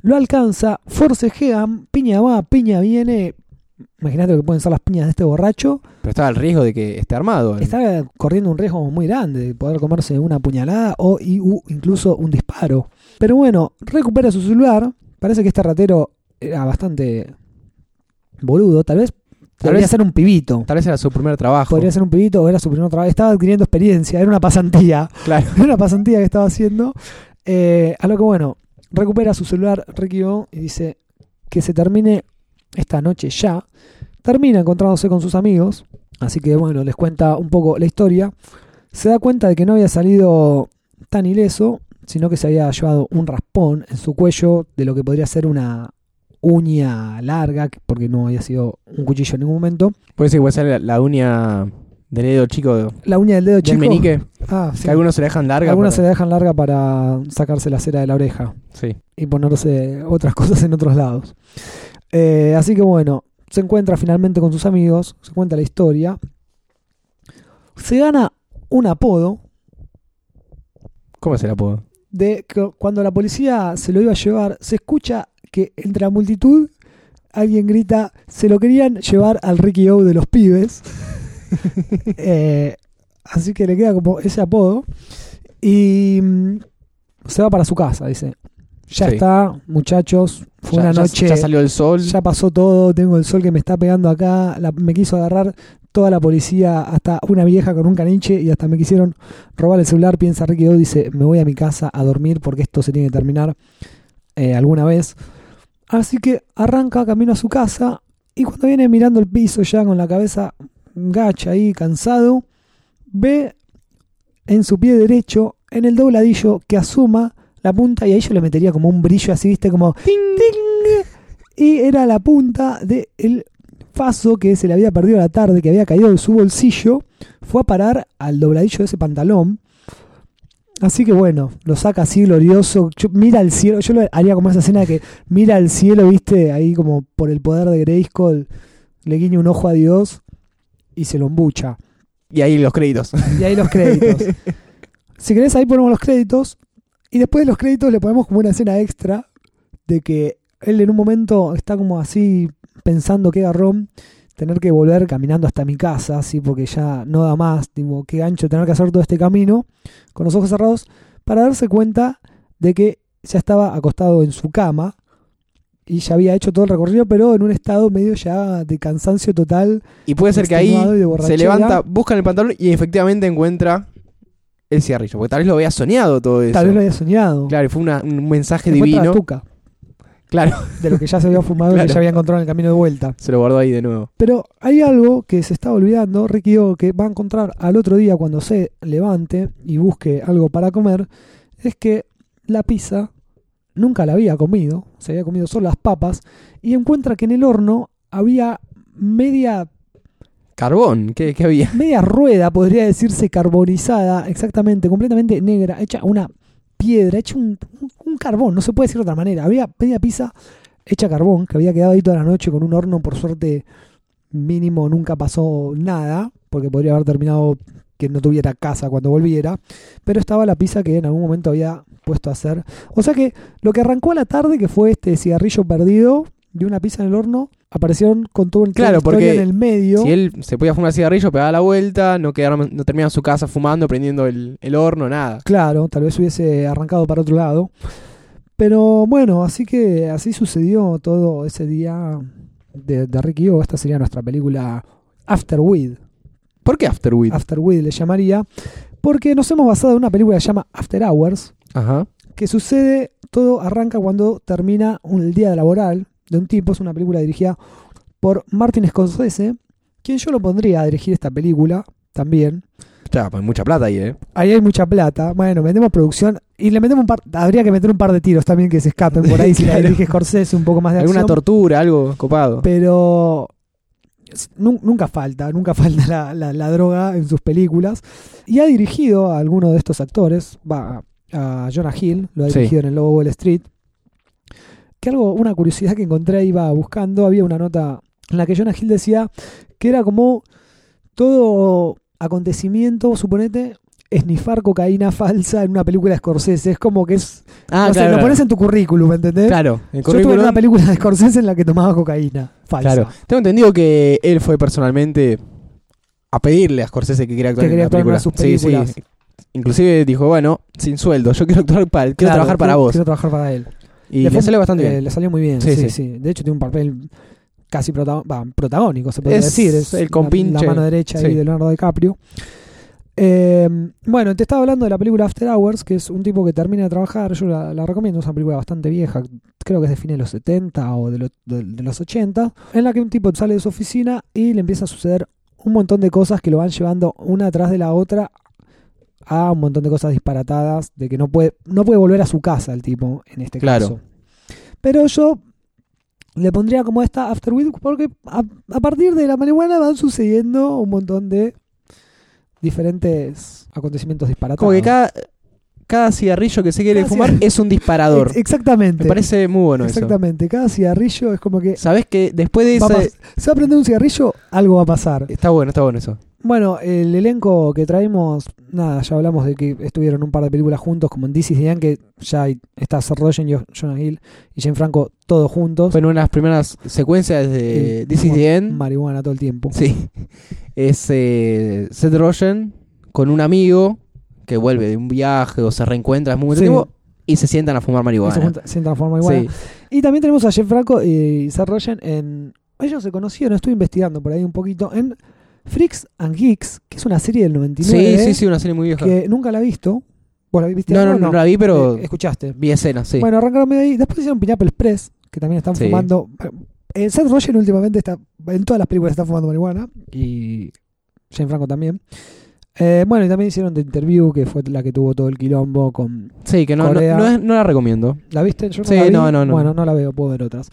[SPEAKER 3] forcejean, piña va, piña viene. Imagínate lo que pueden ser las piñas de este borracho.
[SPEAKER 4] Pero estaba el riesgo de que esté armado.
[SPEAKER 3] Está corriendo un riesgo muy grande de poder comerse una puñalada o incluso un disparo. Pero bueno, recupera su celular. Parece que este ratero era bastante boludo. Tal vez debería ser un pibito.
[SPEAKER 4] Tal vez era su primer trabajo.
[SPEAKER 3] Podría ser un pibito o era su primer trabajo. Estaba adquiriendo experiencia, era una pasantía.
[SPEAKER 4] Claro.
[SPEAKER 3] Era una pasantía que estaba haciendo. A lo que bueno, recupera su celular Riki-Do y dice que se termine esta noche ya. Termina encontrándose con sus amigos. Así que bueno, les cuenta un poco la historia. Se da cuenta de que no había salido tan ileso, sino que se había llevado un raspón en su cuello de lo que podría ser una uña larga, porque no había sido un cuchillo en ningún momento.
[SPEAKER 4] Puede ser la uña del dedo chico.
[SPEAKER 3] La uña del dedo
[SPEAKER 4] Del
[SPEAKER 3] chico.
[SPEAKER 4] meñique.
[SPEAKER 3] Sí.
[SPEAKER 4] Que algunos se la dejan larga.
[SPEAKER 3] Algunas se
[SPEAKER 4] pero-
[SPEAKER 3] la dejan larga para sacarse la cera de la oreja
[SPEAKER 4] Sí.
[SPEAKER 3] y ponerse otras cosas en otros lados. Así que bueno, se encuentra finalmente con sus amigos, se cuenta la historia, se gana un apodo
[SPEAKER 4] ¿Cómo es el apodo?
[SPEAKER 3] de que cuando la policía se lo iba a llevar, se escucha que entre la multitud alguien grita, se lo querían llevar al Ricky O de los pibes. Así que le queda como ese apodo. Y se va para su casa, dice. Ya
[SPEAKER 4] Sí.
[SPEAKER 3] está, muchachos, fue una noche,
[SPEAKER 4] Ya salió el sol.
[SPEAKER 3] ya pasó todo, tengo el sol que me está pegando acá, me quiso agarrar toda la policía, hasta una vieja con un caniche, y hasta me quisieron robar el celular. Piensa Ricky O, dice, me voy a mi casa a dormir porque esto se tiene que terminar alguna vez. Así que arranca camino a su casa, y cuando viene mirando el piso ya con la cabeza gacha ahí, cansado, ve en su pie derecho, en el dobladillo, que asoma la punta, y ahí yo le metería como un brillo así, viste, como ¡ting! ¡Ting! Y era la punta del faso que se le había perdido a la tarde, que había caído de su bolsillo, fue a parar al dobladillo de ese pantalón. Así que bueno, lo saca así glorioso, mira al cielo. Yo lo haría como esa escena que mira al cielo, viste, ahí como por el poder de Grayskull, le guiña un ojo a Dios y se lo embucha.
[SPEAKER 4] Y ahí los créditos.
[SPEAKER 3] Y ahí los créditos. Si querés, ahí ponemos los créditos. Y después de los créditos le ponemos como una escena extra de que él en un momento está como así pensando qué garrón tener que volver caminando hasta mi casa, así porque ya no da más, tipo, qué gancho tener que hacer todo este camino con los ojos cerrados, para darse cuenta de que ya estaba acostado en su cama y ya había hecho todo el recorrido, pero en un estado medio ya de cansancio total.
[SPEAKER 4] Y puede ser que ahí
[SPEAKER 3] extenuado y de
[SPEAKER 4] se
[SPEAKER 3] borrachera.
[SPEAKER 4] levanta, busca en el pantalón y efectivamente encuentra el cigarrillo. Porque tal vez lo había soñado todo eso.
[SPEAKER 3] Tal vez lo había soñado.
[SPEAKER 4] Claro, y fue un mensaje
[SPEAKER 3] Encuentra
[SPEAKER 4] divino.
[SPEAKER 3] la tuca
[SPEAKER 4] Claro,
[SPEAKER 3] de lo que ya se había fumado y
[SPEAKER 4] Claro.
[SPEAKER 3] que ya había encontrado en el camino de vuelta.
[SPEAKER 4] se lo guardó ahí de nuevo.
[SPEAKER 3] Pero hay algo que se está olvidando, Ricky O, que va a encontrar al otro día cuando se levante y busque algo para comer, es que la pizza nunca la había comido, se había comido solo las papas, y encuentra que en el horno había media
[SPEAKER 4] Carbón, ¿qué había?
[SPEAKER 3] rueda, podría decirse, carbonizada, exactamente, completamente negra, hecha una piedra, hecha un carbón, no se puede decir de otra manera. Había media pizza hecha carbón, que había quedado ahí toda la noche con un horno, por suerte mínimo nunca pasó nada, porque podría haber terminado que no tuviera casa cuando volviera, pero estaba la pizza que en algún momento había puesto a hacer. O sea que lo que arrancó a la tarde, que fue este cigarrillo perdido de una pizza en el horno, aparecieron con todo el
[SPEAKER 4] Claro,
[SPEAKER 3] historia
[SPEAKER 4] porque
[SPEAKER 3] en el medio.
[SPEAKER 4] Si él se podía fumar cigarrillo, pegaba la vuelta, no terminaba en su casa fumando, prendiendo el horno, nada.
[SPEAKER 3] Claro, tal vez hubiese arrancado para otro lado. Pero bueno, así que así sucedió todo ese día de Ricky O. Esta sería nuestra película Afterweed.
[SPEAKER 4] ¿Por qué Afterweed?
[SPEAKER 3] Afterweed le llamaría, porque nos hemos basado en una película que se llama After Hours,
[SPEAKER 4] Ajá.
[SPEAKER 3] que sucede, todo arranca cuando termina el día laboral de un tipo. Es una película dirigida por Martin Scorsese, quien yo lo pondría a dirigir esta película también.
[SPEAKER 4] Ya, pues mucha plata ahí, ¿eh?
[SPEAKER 3] Ahí hay mucha plata. Bueno, metemos producción y le metemos habría que meter un par de tiros también que se escapen por ahí si la
[SPEAKER 4] Claro.
[SPEAKER 3] dirige Scorsese, un poco más de
[SPEAKER 4] Alguna
[SPEAKER 3] acción.
[SPEAKER 4] tortura, algo copado.
[SPEAKER 3] Pero nunca falta la droga en sus películas. Y ha dirigido a alguno de estos actores, a Jonah Hill, lo ha
[SPEAKER 4] Sí.
[SPEAKER 3] dirigido en El Lobo de Wall Street. Que una curiosidad que encontré, iba buscando, había una nota en la que Jonah Hill decía que era como todo acontecimiento, suponete, esnifar cocaína falsa en una película de Scorsese. Es como que es, no sé, lo pones en tu currículum, ¿entendés?
[SPEAKER 4] Claro, el
[SPEAKER 3] Yo estuve en
[SPEAKER 4] currículum.
[SPEAKER 3] una película de Scorsese en la que tomaba cocaína falsa.
[SPEAKER 4] Claro. Tengo entendido que él fue personalmente a pedirle a Scorsese que quería actuar
[SPEAKER 3] Que quería
[SPEAKER 4] en la
[SPEAKER 3] actuar en una
[SPEAKER 4] película.
[SPEAKER 3] de sus películas.
[SPEAKER 4] Sí. Inclusive dijo, bueno, sin sueldo, yo quiero quiero
[SPEAKER 3] Claro,
[SPEAKER 4] trabajar para vos.
[SPEAKER 3] Quiero trabajar para él.
[SPEAKER 4] Y le salió bastante bien.
[SPEAKER 3] Le salió muy bien,
[SPEAKER 4] Sí,
[SPEAKER 3] sí,
[SPEAKER 4] sí.
[SPEAKER 3] sí. De hecho, tiene un papel casi protagónico, se podría
[SPEAKER 4] Es
[SPEAKER 3] decir. Es
[SPEAKER 4] el compinche.
[SPEAKER 3] la mano derecha ahí
[SPEAKER 4] Sí.
[SPEAKER 3] de Leonardo DiCaprio. Bueno, te estaba hablando de la película After Hours, que es un tipo que termina de trabajar. Yo la recomiendo, es una película bastante vieja, creo que es de fines de los 70 o de los 80, en la que un tipo sale de su oficina y le empieza a suceder un montón de cosas que lo van llevando una atrás de la otra a un montón de cosas disparatadas, de que no puede volver a su casa el tipo en este
[SPEAKER 4] Claro.
[SPEAKER 3] caso. Pero yo le pondría como esta Afterweed porque a partir de la marihuana van sucediendo un montón de diferentes acontecimientos disparatados.
[SPEAKER 4] Como que cada cigarrillo que se quiere
[SPEAKER 3] Cada
[SPEAKER 4] fumar
[SPEAKER 3] cigarrillo.
[SPEAKER 4] es un disparador.
[SPEAKER 3] Exactamente.
[SPEAKER 4] Me parece muy bueno
[SPEAKER 3] Exactamente. Cada cigarrillo es como que
[SPEAKER 4] eso. ¿Sabés que después de
[SPEAKER 3] va a
[SPEAKER 4] ese...
[SPEAKER 3] se va a prender un cigarrillo, algo va a pasar.
[SPEAKER 4] Está bueno eso.
[SPEAKER 3] Bueno, el elenco que traemos, nada, ya hablamos de que estuvieron un par de películas juntos, como en This Is the End, que ya está Seth Rogen, Jonah Hill y Jane Franco todos juntos.
[SPEAKER 4] Fue en una de las primeras secuencias de This Is the End.
[SPEAKER 3] Marihuana todo el tiempo.
[SPEAKER 4] Sí. Es Seth Rogen con un amigo que vuelve de un viaje o se reencuentra es muy buen
[SPEAKER 3] Sí.
[SPEAKER 4] tiempo y se sientan a fumar
[SPEAKER 3] Y
[SPEAKER 4] marihuana.
[SPEAKER 3] se transforma igual.
[SPEAKER 4] Sí.
[SPEAKER 3] Y también tenemos a Jane Franco y Seth Rogen en... Ellos se conocieron, estuve investigando por ahí un poquito, en Freaks and Geeks, que es una serie del 99.
[SPEAKER 4] Sí, una serie muy vieja.
[SPEAKER 3] Que nunca la he visto. ¿Vos la viste?
[SPEAKER 4] No la vi, pero
[SPEAKER 3] escuchaste.
[SPEAKER 4] vi escenas, sí.
[SPEAKER 3] Bueno, arrancaron medio ahí. Después hicieron Pineapple Express, que también están
[SPEAKER 4] Sí.
[SPEAKER 3] fumando. Seth Rogen últimamente está, en todas las películas está fumando marihuana. Y Jane Franco también. Bueno, y también hicieron The Interview, que fue la que tuvo todo el quilombo con...
[SPEAKER 4] Sí, que no
[SPEAKER 3] Corea.
[SPEAKER 4] no la recomiendo.
[SPEAKER 3] ¿La viste? Yo no
[SPEAKER 4] Sí,
[SPEAKER 3] la vi.
[SPEAKER 4] no.
[SPEAKER 3] Bueno, no la veo, puedo ver otras.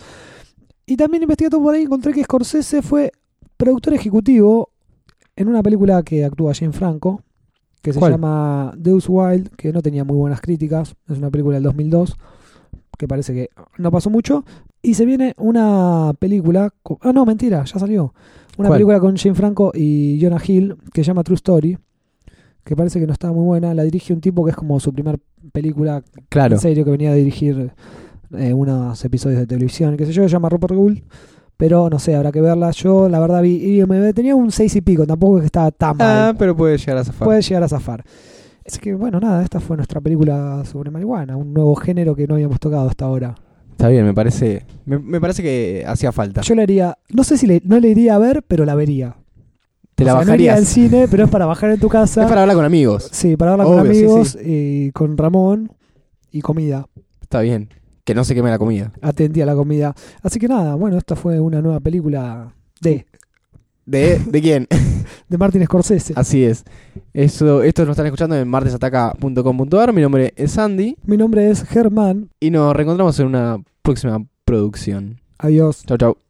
[SPEAKER 3] Y también investigando por ahí encontré que Scorsese fue productor ejecutivo en una película que actúa Jane Franco, que se
[SPEAKER 4] ¿Cuál?
[SPEAKER 3] llama Deus Wild, que no tenía muy buenas críticas. Es una película del 2002, que parece que no pasó mucho. Y se viene una película... no, mentira, ya salió. Una
[SPEAKER 4] ¿Cuál?
[SPEAKER 3] película con Jane Franco y Jonah Hill, que se llama True Story, que parece que no estaba muy buena. La dirige un tipo que es como su primer película
[SPEAKER 4] Claro.
[SPEAKER 3] en serio, que venía a dirigir unos episodios de televisión, qué sé yo, se llama Rupert Gould, pero no sé, habrá que verla. Yo la verdad vi, y tenía un 6 y pico, tampoco es que estaba tan mal,
[SPEAKER 4] Pero puede llegar a zafar.
[SPEAKER 3] puede llegar a zafar. Así que bueno, nada, esta fue nuestra película sobre marihuana, un nuevo género que no habíamos tocado hasta ahora.
[SPEAKER 4] Está bien, me parece que hacía falta.
[SPEAKER 3] Yo la iría, no sé si no la iría a ver, pero la vería.
[SPEAKER 4] Te la
[SPEAKER 3] O sea, no iría
[SPEAKER 4] bajarías.
[SPEAKER 3] al cine, pero es para bajar en tu casa.
[SPEAKER 4] Es para hablar con amigos.
[SPEAKER 3] Sí, para verla con
[SPEAKER 4] Obvio, sí,
[SPEAKER 3] amigos y con Ramón y comida.
[SPEAKER 4] Está bien. Que no se queme la comida.
[SPEAKER 3] Atendí a la comida. Así que nada, bueno, esta fue una nueva película
[SPEAKER 4] ¿De quién?
[SPEAKER 3] de Martin Scorsese.
[SPEAKER 4] Así es. Esto nos están escuchando en martesataca.com.ar. Mi nombre es Andy.
[SPEAKER 3] Mi nombre es Germán.
[SPEAKER 4] Y nos reencontramos en una próxima producción.
[SPEAKER 3] Adiós.
[SPEAKER 4] Chau.